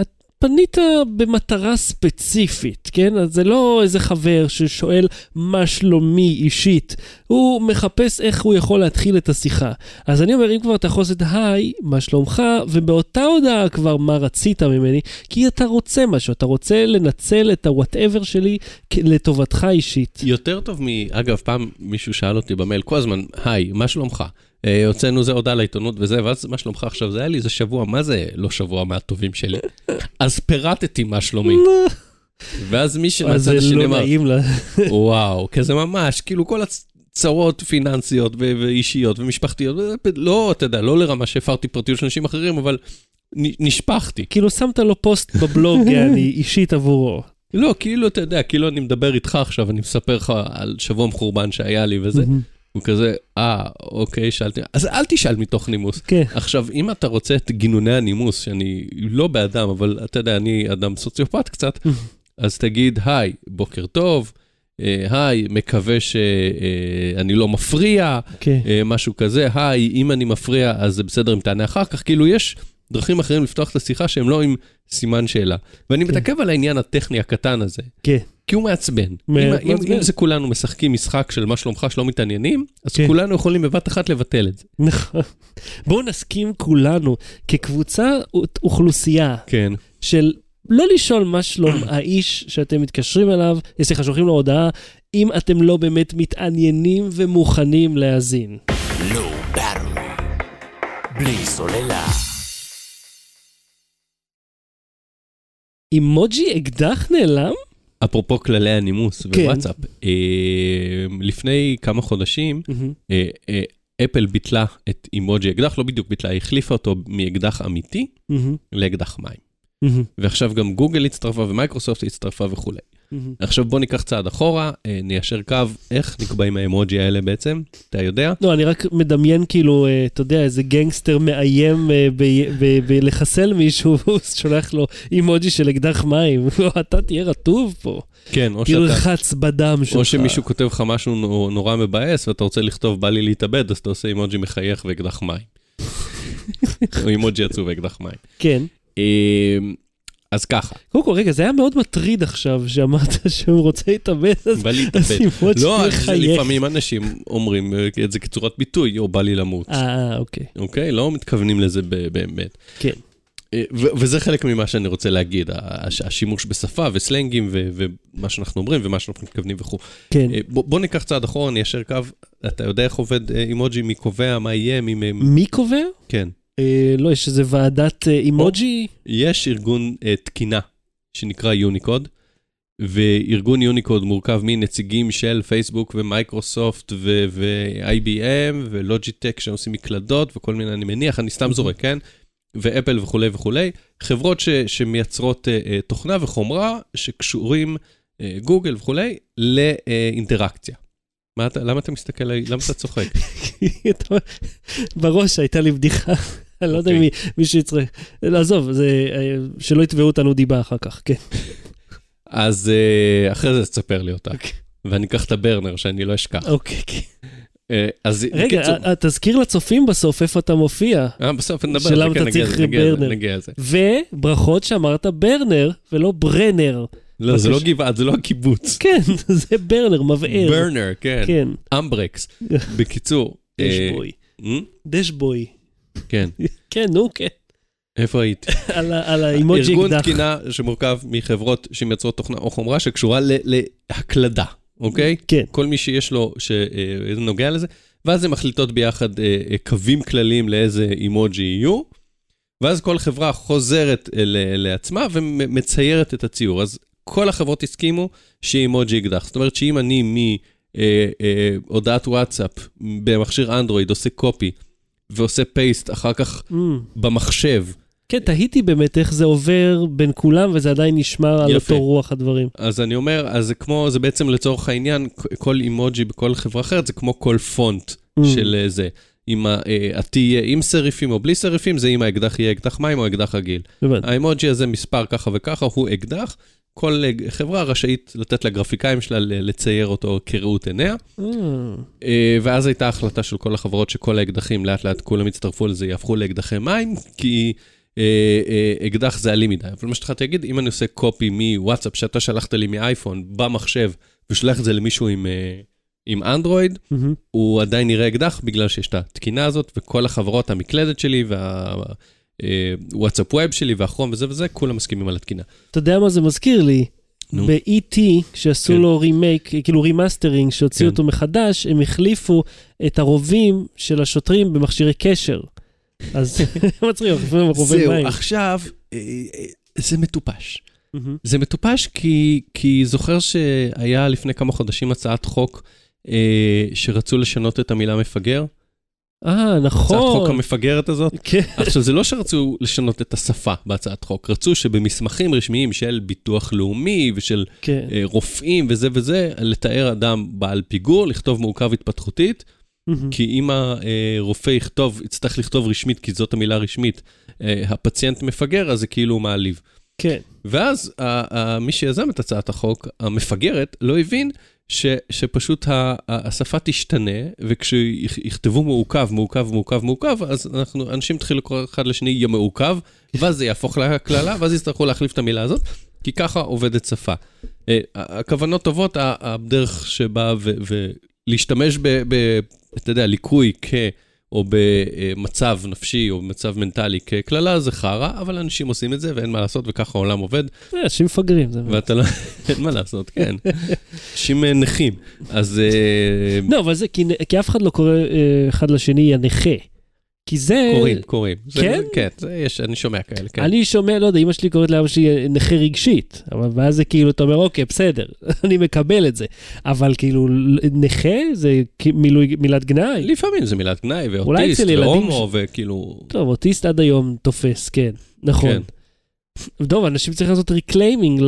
פנית במטרה ספציפית, כן? אז זה לא איזה חבר ששואל מה שלומי אישית, הוא מחפש איך הוא יכול להתחיל את השיחה. אז אני אומר, אם כבר אתה יכול לעשות היי, מה שלומך, ובאותה הודעה כבר מה רצית ממני, כי אתה רוצה משהו, אתה רוצה לנצל את ה-whatever שלי לטובתך אישית. יותר טוב אגב, פעם מישהו שאל אותי במייל, כל הזמן, היי, מה שלומך? הוצאנו זה הודעה לעיתונות וזה, ואז מה שלומך עכשיו? זה היה לי, זה שבוע, מה זה לא שבוע מהטובים שלי? אז פירטתי מה שלומי. ואז מי שנצא שנאמר, וואו, כזה ממש, כאילו כל הצרות פיננסיות ואישיות ומשפחתיות, לא, אתה יודע, לא לרמה שהפרתי פרטיות של אנשים אחרים, אבל נשפחתי. כאילו שמת לו פוסט בבלוג, אני אישית עבורו. לא, כאילו, אתה יודע, כאילו אני מדבר איתך עכשיו, אני מספר לך על שבוע מחורבן שהיה לי וזה. הוא כזה, אוקיי, שאלתי, אז אל תשאל מתוך נימוס. עכשיו, אם אתה רוצה את גינוני הנימוס, שאני לא באדם, אבל אתה יודע, אני אדם סוציופט קצת, אז תגיד, היי, בוקר טוב, היי, מקווה שאני לא מפריע, משהו כזה, היי, אם אני מפריע, אז זה בסדר אם תענה אחר כך, כאילו יש דרכים אחרים לפתוח את השיחה שהם לא עם סימן שאלה. ואני מתעכב על העניין הטכני הקטן הזה. כן. כי הוא מעצבן. אם זה כולנו משחקים משחק של מה שלומך שלא מתעניינים, אז כולנו יכולים בבת אחת לבטל את זה. נכון. בואו נסכים כולנו, כקבוצה אוכלוסייה, של לא לשאול מה שלום האיש שאתם מתקשרים אליו, סליחה, שולחים לו הודעה, אם אתם לא באמת מתעניינים ומוכנים להאזין. לא ברור. בלי סוללה. אימוג'י אקדח נעלם? אפרופו כללי הנימוס בוואטסאפ, לפני כמה חודשים, אפל ביטלה את אימוג'י אקדח, לא בדיוק ביטלה, היא החליפה אותו מאקדח אמיתי לאקדח מים. ועכשיו גם גוגל הצטרפה ומייקרוסופט הצטרפה וכו'. עכשיו בוא ניקח צעד אחורה, ניישר קו, איך נקבעים האימוג'י האלה בעצם, אתה יודע? לא, אני רק מדמיין כאילו, אתה יודע, איזה גנגסטר מאיים בלחסל מישהו, והוא שולח לו אימוג'י של אקדח מים, אתה תהיה רטוב פה. כן, או שאתה... תרחץ בדם שלך. או שמישהו כותב לך משהו נורא מבאס, ואתה רוצה לכתוב, בא לי להתאבד, אז אתה עושה אימוג'י מחייך ואקדח מים. או אימוג'י עצוב ואקדח מים. כן. אז ככה. קודם כל, רגע, זה היה מאוד מטריד עכשיו, שאמרת שהוא רוצה להתאבד, אז להתאבד. לא, לפעמים אנשים אומרים את זה כצורת ביטוי, או בא לי למות. אוקיי. אוקיי? לא מתכוונים לזה באמת. כן. וזה חלק ממה שאני רוצה להגיד, השימוש בשפה וסלנגים, ומה שאנחנו אומרים, ומה שאנחנו מתכוונים וכו'. כן. בוא ניקח צעד אחורה, ניישר קו, אתה יודע איך עובד אימוג'י, מי קובע, מה יהיה, מי קובע? כן. לא, יש איזה ועדת אימוג'י? יש ארגון תקינה שנקרא יוניקוד, וארגון יוניקוד מורכב מנציגים של פייסבוק ומייקרוסופט ו-IBM ולוג'יטק שעושים מקלדות וכל מיני, אני מניח, אני סתם זורק, כן? ואפל וכו' וכו', חברות שמייצרות תוכנה וחומרה שקשורים גוגל וכו' לאינטראקציה. למה אתה מסתכל, למה אתה צוחק? בראש הייתה לי בדיחה, אני לא יודע אם מישהו יצטרך, לעזוב, שלא יתבעו אותנו דיבה אחר כך, כן. אז אחרי זה תספר לי אותה, ואני אקח את הברנר שאני לא אשכח. אוקיי, כן. רגע, תזכיר לצופים בסוף איפה אתה מופיע. בסוף נדבר, שלמה אתה צריך ברנר. וברכות שאמרת ברנר ולא ברנר. לא, זה לא גבעת, זה לא הקיבוץ. כן, זה ברנר, מבער. ברנר, כן. אמברקס. בקיצור. דשבוי. דשבוי. כן. כן, נו, כן. איפה היית? על האימוג'י אקדח. ארגון תקינה שמורכב מחברות שמייצרות תוכנה או חומרה שקשורה להקלדה, אוקיי? כן. כל מי שיש לו, שנוגע לזה, ואז הן מחליטות ביחד קווים כלליים לאיזה אימוג'י יהיו, ואז כל חברה חוזרת לעצמה ומציירת את הציור. אז כל החברות הסכימו שיהיה אימוג'י אקדח. זאת אומרת שאם אני מהודעת וואטסאפ במכשיר אנדרואיד עושה קופי, ועושה פייסט אחר כך במחשב. כן, תהיתי באמת איך זה עובר בין כולם, וזה עדיין נשמר על אותו רוח הדברים. אז אני אומר, אז זה בעצם לצורך העניין, כל אימוג'י בכל חברה אחרת, זה כמו כל פונט של זה. אם תהיה עם סריפים או בלי סריפים, זה אם האקדח יהיה אקדח מים או אקדח רגיל. האימוג'י הזה מספר ככה וככה, הוא אקדח. כל חברה רשאית לתת לגרפיקאים שלה לצייר אותו כראות עיניה. ואז הייתה החלטה של כל החברות שכל האקדחים לאט לאט כולם הצטרפו לזה, יהפכו לאקדחי מים, כי אקדח זה עלי מדי. אבל מה שאתה תגיד, אם אני עושה קופי מוואטסאפ, שאתה שלחת לי מאייפון, במחשב, ושולח את זה למישהו עם אנדרואיד, הוא עדיין נראה אקדח, בגלל שיש את התקינה הזאת, וכל החברות, המקלדת שלי, והוואטסאפ ווב שלי, והכרום וזה, כולם מסכימים על התקינה. אתה יודע מה זה מזכיר לי? ב-E.T. כשעשו לו רימייק, כאילו רימאסטרינג, שהוציאו אותו מחדש, הם החליפו את הרובים של השוטרים במכשירי קשר. אז מצריך, זהו, עכשיו, זה מטופש. זה מטופש כי זוכר שהיה לפני כמה חודשים הצעת חוק שרצו לשנות את המילה מפגר. נכון. הצעת חוק המפגרת הזאת. עכשיו, זה לא שרצו לשנות את השפה בהצעת חוק, רצו שבמסמכים רשמיים של ביטוח לאומי ושל רופאים וזה, לתאר אדם בעל פיגור, לכתוב מעוכב התפתחותית, כי אם הרופא יצטרך לכתוב רשמית, כי זאת המילה הרשמית, הפציינט מפגר, אז זה כאילו מעליב. כן. ואז מי שיזם את הצעת החוק, המפגרת, לא הבין שפשוט השפה תשתנה, וכשיכתבו מעוכב, אז אנשים תחילו לקרוא אחד לשני יהיה מעוכב, ואז זה יהפוך לכללה, ואז יצטרכו להחליף את המילה הזאת, כי ככה עובדת שפה. הכוונות טובות, הדרך שבא ולהשתמש אתה יודע, ליקוי או במצב נפשי או במצב מנטלי ככללה, זה חרה, אבל אנשים עושים את זה ואין מה לעשות, וככה העולם עובד. אנשים מפגרים. ואתה לא, אין מה לעשות, כן. אנשים נחים. אז... לא, אבל זה, כי אף אחד לא קורא אחד לשני הנכה. כי זה... קוראים. כן? כן, אני שומע כאלה, כן. אני שומע, לא יודע, אמא שלי קוראת לאבא שלי נכה רגשית, אבל ואז זה כאילו, אתה אומר, אוקיי, בסדר, אני מקבל את זה. אבל כאילו, נכה זה מילת גנאי. לפעמים זה מילת גנאי, ואוטיסט, והומו, וכאילו... טוב, אוטיסט עד היום תופס, כן, נכון. טוב, אנשים צריכים לעשות ריקליימינג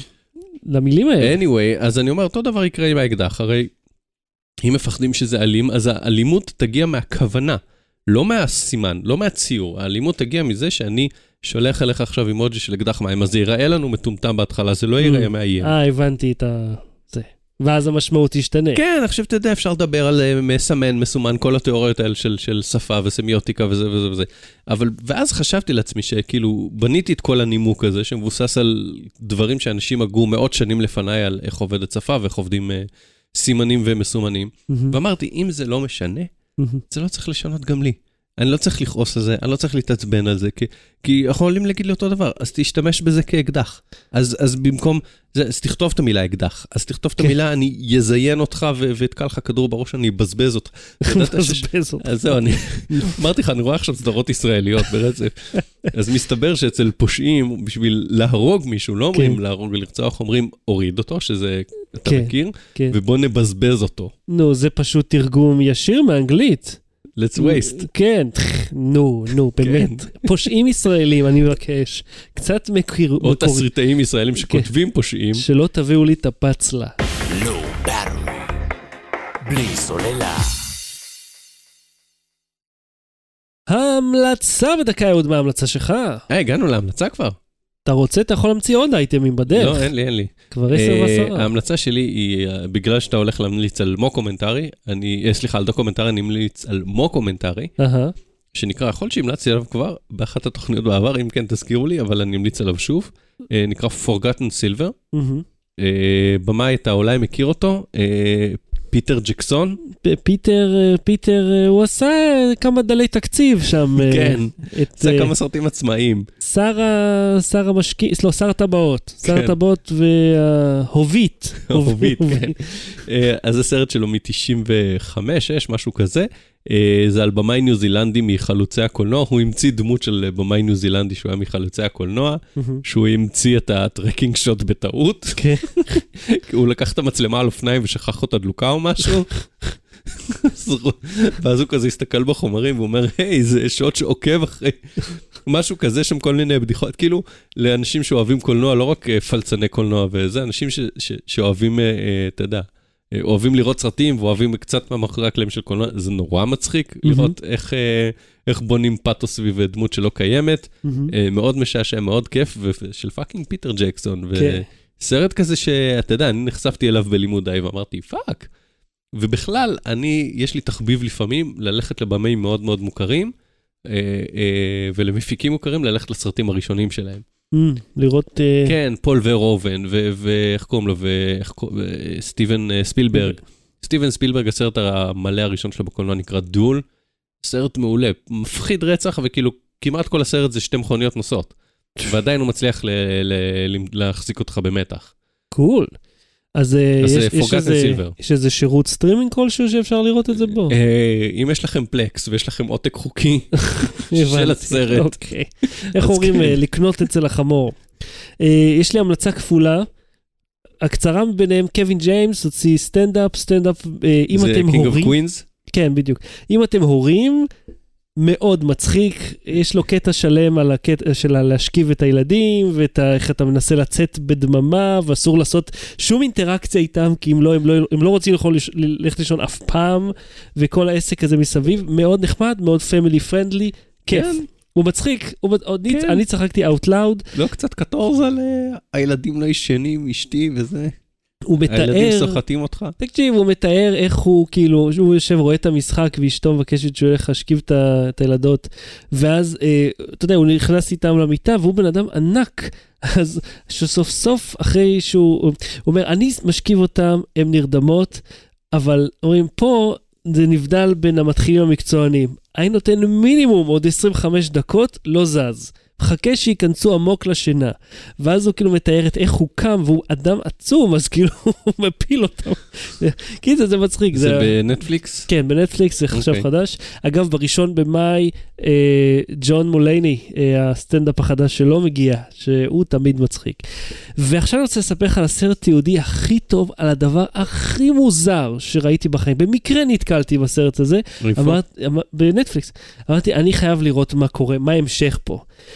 למילים האלה. anyway, אז אני אומר, אותו דבר יקרה עם האקדח, הרי אם מפחדים שזה אלים, אז האלימות תגיע מהכוונה. לא מהסימן, לא מהציור. האלימות תגיע מזה שאני שולח אליך עכשיו אימוג'י של אקדח מים, אז זה ייראה לנו מטומטם בהתחלה, זה לא ייראה מאיים. הבנתי את זה. ואז המשמעות תשתנה. כן, עכשיו אתה יודע, אפשר לדבר על מסומן, כל התיאוריות האלה של שפה וסמיוטיקה וזה. אבל, ואז חשבתי לעצמי שכאילו, בניתי את כל הנימוק הזה, שמבוסס על דברים שאנשים הגו מאות שנים לפניי, על איך עובדת שפה ואיך עובדים סימנים ומסומנים. ואמרתי, אם זה לא משנה, זה לא צריך לשנות גם לי. אני לא צריך לכעוס על זה, אני לא צריך להתעצבן על זה, כי יכולים להגיד לי אותו דבר, אז תשתמש בזה כאקדח. אז במקום, אז תכתוב את המילה אקדח, אז תכתוב את המילה, אני יזיין אותך ואתקע לך כדור בראש, אני אבזבז אותך. מבזבז אותך. אז זהו, אני אמרתי לך, אני רואה עכשיו סדרות ישראליות ברצף. אז מסתבר שאצל פושעים, בשביל להרוג מישהו, לא אומרים להרוג ולרצוח, אומרים, הוריד אותו, שזה, אתה מכיר, ובוא נבזבז אותו. נו, זה פשוט תרגום ישיר מאנגלית. let's waste. כן, נו, באמת. פושעים ישראלים, אני מבקש. קצת מקור... או תסריטאים ישראלים שכותבים פושעים. שלא תביאו לי את הפצלה. לא ברור. בלי סוללה. ההמלצה בדקה יהוד, מה ההמלצה שלך? הגענו להמלצה כבר. אתה רוצה, אתה יכול להמציא עוד אייטמים בדרך. לא, אין לי. כבר 10 ו10. ההמלצה שלי היא, בגלל שאתה הולך להמליץ על מוקומנטרי, סליחה, על דוקומנטרי, אני ממליץ על מוקומנטרי, שנקרא, יכול שהמלצתי עליו כבר, באחת התוכניות בעבר, אם כן תזכירו לי, אבל אני ממליץ עליו שוב, נקרא Forgotten Silver, במאי אתה אולי מכיר אותו, פיטר ג'קסון. פיטר, הוא עשה כמה דלי תקציב שם. כן, עשה כמה סרטים עצמאיים. שר המשקיע, לא, שר הטבעות. שר הטבעות וההובית. הובית, כן. אז הסרט שלו מ-95, משהו כזה. זה על במאי ניו זילנדי מחלוצי הקולנוע. הוא המציא דמות של במאי ניו זילנדי שהוא היה מחלוצי הקולנוע, שהוא המציא את הטרקינג שוט בטעות. הוא לקח את המצלמה על אופניים ושכח אותה דלוקה או משהו. ואז הוא כזה הסתכל בחומרים ואומר, היי, זה שוט שעוקב אחרי משהו כזה, שם כל מיני בדיחות, כאילו לאנשים שאוהבים קולנוע, לא רק פלצני קולנוע וזה, אנשים שאוהבים, אתה יודע, אוהבים לראות סרטים ואוהבים קצת מאחורי הקלעים של קולנוע, זה נורא מצחיק לראות איך בונים פאטוס סביב דמות שלא קיימת, מאוד משעשע, מאוד כיף, ושל פאקינג פיטר ג'קסון, וסרט כזה שאתה יודע, אני נחשפתי אליו בלימודיי ואמרתי, פאק, ובכלל, יש לי תחביב לפעמים ללכת לבמאים מאוד מאוד מוכרים, ולמפיקים מוכרים ללכת לסרטים הראשונים שלהם. לראות... כן, פול ורובן, ואיך קוראים לו, וסטיבן ספילברג. סטיבן ספילברג, הסרט המלא הראשון שלו בקולנוע נקרא דול, סרט מעולה, מפחיד רצח, וכאילו כמעט כל הסרט זה 2 מכוניות נוסעות, ועדיין הוא מצליח להחזיק אותך במתח. קול. אז יש איזה שירות סטרימינג כלשהו שאפשר לראות את זה בו? אם יש לכם פלקס ויש לכם עותק חוקי של הסרט. איך אומרים לקנות אצל החמור? יש לי המלצה כפולה, הקצרה מביניהם, קווין ג'יימס הוציא סטנדאפ, אם אתם הורים. זה King of Queens? כן, בדיוק. אם אתם הורים, מאוד מצחיק, יש לו קטע שלם על הקטע של להשכיב את הילדים, ואיך אתה מנסה לצאת בדממה, ואסור לעשות שום אינטראקציה איתם, כי הם לא רוצים ללכת לישון אף פעם, וכל העסק הזה מסביב, מאוד נחמד, מאוד פמילי פרנדלי, כיף. הוא מצחיק, אני צחקתי out loud. לא קצת קטורזה הילדים לא ישנים, אשתי וזה. הוא מתאר... הילדים סוחטים אותך. תקשיב, הוא מתאר איך הוא, כאילו, הוא יושב, רואה את המשחק, ואשתו מבקשת שהוא ילך להשכיב את הילדות, ואז, אתה יודע, הוא נכנס איתם למיטה, והוא בן אדם ענק, אז שסוף סוף, אחרי שהוא אומר, אני משכיב אותם, הם נרדמות, אבל אומרים, פה זה נבדל בין המתחילים המקצוענים. אני נותן מינימום עוד 25 דקות, לא זז. חכה שיכנסו עמוק לשינה. ואז הוא כאילו מתאר את איך הוא קם, והוא אדם עצום, אז כאילו הוא מפיל אותו. כי זה מצחיק. זה בנטפליקס? כן, בנטפליקס, זה עכשיו חדש. אגב, בראשון במאי, ג'ון מולייני, הסטנדאפ החדש שלו מגיע, שהוא תמיד מצחיק. ועכשיו אני רוצה לספר לך על הסרט תיעודי הכי טוב, על הדבר הכי מוזר שראיתי בחיים. במקרה נתקלתי בסרט הזה. בנטפליקס. אמרתי, אני חייב לראות מה קורה, מה המשך פה.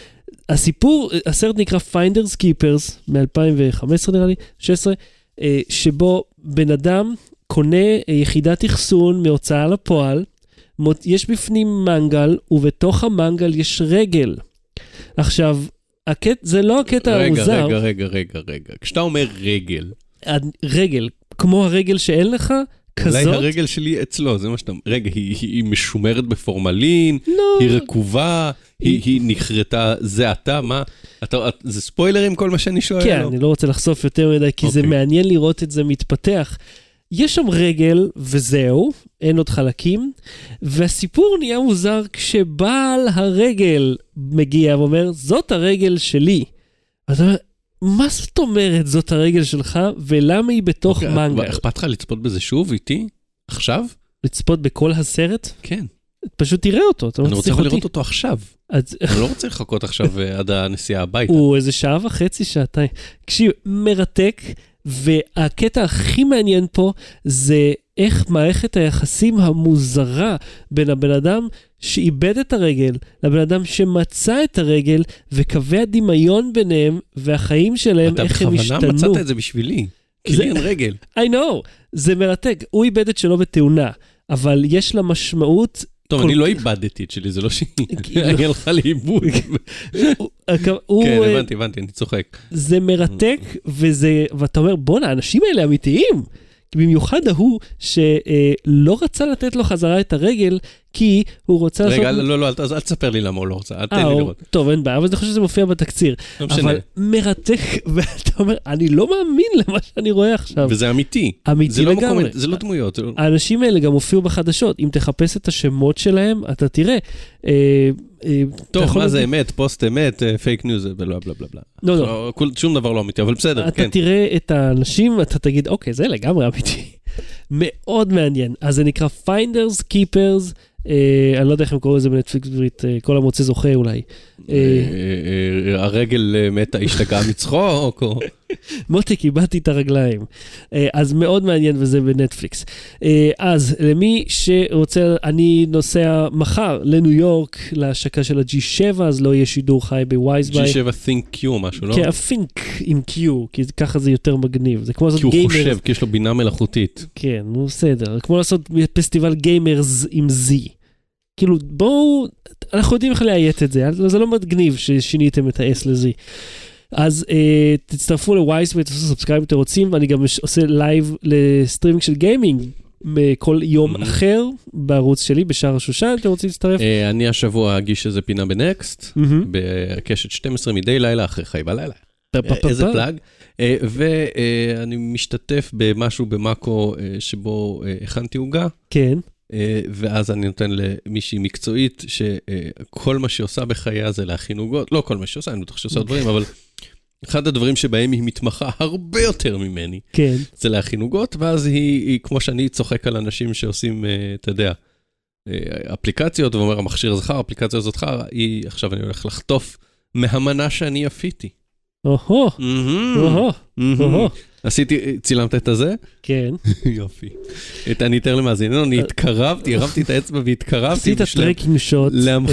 הסרט נקרא Finders Keepers, מ-2015 נראה לי, 16, שבו בן אדם קונה יחידת אחסון מהוצאה לפועל, יש בפנים מנגל, ובתוך המנגל יש רגל. עכשיו, זה לא הקטע המוזר. רגע. כשאתה אומר רגל. רגל, כמו הרגל שאין לך, כזאת? אולי הרגל שלי אצלו, זה מה שאתה... רגע, היא משומרת בפורמלין, היא רקובה, היא נחרטה, זה אתה, מה? זה ספוילרים כל מה שאני שואל? כן, אני לא רוצה לחשוף יותר מדי, כי זה מעניין לראות את זה מתפתח. יש שם רגל, וזהו, אין עוד חלקים, והסיפור נהיה מוזר כשבעל הרגל מגיע ואומר, זאת הרגל שלי. ואתה אומר, מה זאת אומרת זאת הרגל שלך, ולמה היא בתוך מנגל? אכפת לך לצפות בזה שוב איתי? עכשיו? לצפות בכל הסרט? כן. פשוט תראה אותו. אני רוצה לראות אותו עכשיו. אני לא רוצה לחכות עכשיו עד הנסיעה הביתה. הוא איזה שעה וחצי, שעתיים. כשהיא מרתק, והקטע הכי מעניין פה, זה איך מערכת היחסים המוזרה בין הבן אדם שאיבד את הרגל, לבן אדם שמצא את הרגל, וקווי הדמיון ביניהם, והחיים שלהם, איך הם השתנו. אתה בכוונה מצאת את זה בשבילי, כי לי אין רגל. I know, זה מרתק. הוא איבד את שלו בתאונה, אבל יש לה משמעות... טוב, אני לא איבדתי את שלי, זה לא שהיא הלכה לאיבוד. כן, הבנתי, אני צוחק. זה מרתק, ואתה אומר, בוא, האנשים האלה אמיתיים. במיוחד ההוא שלא רצה לתת לו חזרה את הרגל, כי הוא רוצה לעשות... רגע, לא, אל תספר לי למה הוא לא רוצה, אל תן לי לראות. טוב, אין בעיה, אבל אני חושב שזה מופיע בתקציר. לא משנה. אבל מרתק, ואתה אומר, אני לא מאמין למה שאני רואה עכשיו. וזה אמיתי. אמיתי לגמרי. זה לא דמויות. האנשים האלה גם הופיעו בחדשות. אם תחפש את השמות שלהם, אתה תראה. טוב, מה זה אמת, פוסט אמת, פייק ניוז, בלה בלה בלה. לא. שום דבר לא אמיתי, אבל בסדר, כן. אתה תראה את האנשים, אתה תגיד, אוקיי, זה לגמרי אמיתי. מאוד מעניין. אז זה נקרא Finders Keepers, אני לא יודע איך הם קוראים לזה בנטפליקס ברית, כל המוצא זוכה אולי. הרגל מתה, השתגעה מצחוק, או... מוטי, קיבלתי את הרגליים. אז מאוד מעניין וזה בנטפליקס. אז למי שרוצה, אני נוסע מחר לניו יורק, להשקה של ה-G7, אז לא יהיה שידור חי בווייזביי. G7 Think Q משהו, לא? כן, Think עם Q, כי ככה זה יותר מגניב. זה כמו לעשות גיימרס. כי הוא חושב, כי יש לו בינה מלאכותית. כן, הוא בסדר. כמו לעשות פסטיבל גיימרס עם Z. כאילו, בואו, אנחנו יודעים איך להיית את זה, זה לא מגניב ששיניתם את ה-S ל-Z. אז תצטרפו לווייזביי, תעשו סאבסקרייב אם אתם רוצים, ואני גם עושה לייב לסטרימינג של גיימינג, מכל יום אחר בערוץ שלי, בשער השושן, אתם רוצים להצטרף? אני השבוע אגיש איזה פינה בנקסט, בקשת 12 מדי לילה אחרי חי בלילה. איזה פלאג. ואני משתתף במשהו במאקו שבו הכנתי הוגה. כן. ואז אני נותן למישהי מקצועית שכל מה שעושה בחייה זה להכין הוגות. לא כל מה שעושה, אני בטוח שעושה דברים, אבל אחד הדברים שבהם היא מתמחה הרבה יותר ממני, כן. זה להכין הוגות, ואז היא, כמו שאני צוחק על אנשים שעושים, אתה יודע, אפליקציות, ואומר, המכשיר זכר, אפליקציה זאת זכר, עכשיו אני הולך לחטוף מהמנה שאני יפיתי. אוהו, אוהו. צילמת את הזה? כן. יופי. אני אתאר למאזיננו, אני התקרבתי, הרמתי את האצבע והתקרבתי. עשית טרקינג שוט.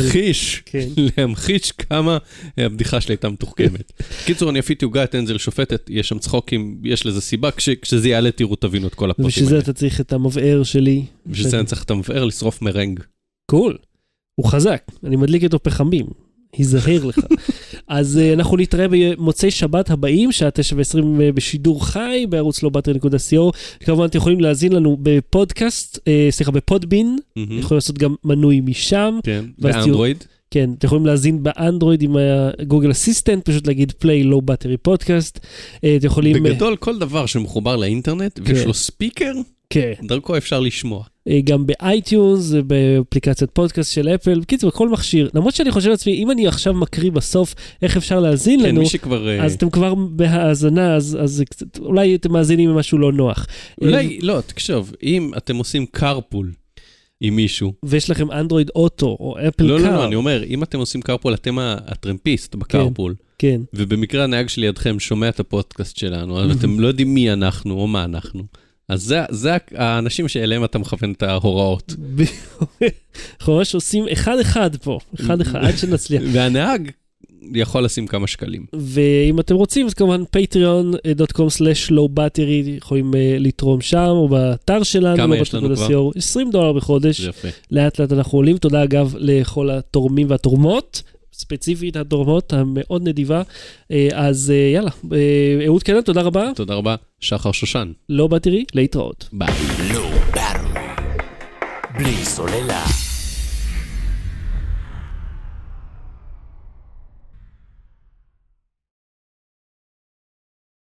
להמחיש כמה הבדיחה שלי הייתה מתוחכמת. קיצור, אני יפיתי הוגה את אנזל שופטת, יש שם צחוקים, יש לזה סיבה, כשזה יעלה תראו, תבינו את כל הפרטים האלה. ושזה אתה צריך את המבער שלי. ושזה אני צריך את המבער לשרוף מרנג. קול. הוא חזק, אני מדליק אותו פחמים. היזהר לך. אז אנחנו נתראה במוצאי שבת הבאים, שעה 9:20 בשידור חי, בערוץ לובטרי.co. כמובן, אתם יכולים להזין לנו בפודקאסט, בפודבין, יכולים לעשות גם מנוי משם. כן, באנדרואיד. כן, אתם יכולים להזין באנדרואיד עם הגוגל אסיסטנט, פשוט להגיד play low battery podcast. אתם יכולים... בגדול, כל דבר שמחובר לאינטרנט, ויש לו ספיקר, דרכו אפשר לשמוע. גם באייטיונס, באפליקציית פודקאסט של אפל, בקיצור, בכל מכשיר. למרות שאני חושב לעצמי, אם אני עכשיו מקריא בסוף איך אפשר להזין לנו, אז אתם כבר בהאזנה, אז אולי אתם מאזינים ממשהו לא נוח. אולי, לא, תקשוב, אם אתם עושים קארפול עם מישהו, ויש לכם אנדרואיד אוטו או אפל קאר. לא, אני אומר, אם אתם עושים קארפול, אתם הטרמפיסט בקארפול, כן. ובמקרה הנהג שלידכם שומע את הפודקאסט שלנו, ואתם לא יודעים מי אנחנו או מה אנחנו. אז זה האנשים שאליהם אתה מכוון את ההוראות. אנחנו ממש עושים אחד פה, אחד עד שנצליח. והנהג יכול לשים כמה שקלים. ואם אתם רוצים, אז כמובן patreon.com/lowbattery, יכולים לתרום שם, או באתר שלנו. כמה יש לנו כבר? $20 בחודש. יפה. לאט לאט אנחנו עולים. תודה אגב לכל התורמים והתורמות. ספציפית התורמות, המאוד נדיבה. אז יאללה, אהוד קנן, תודה רבה. תודה רבה, שחר שושן. לא בטרי, להתראות. ביי. לא בטרי. בלי סוללה.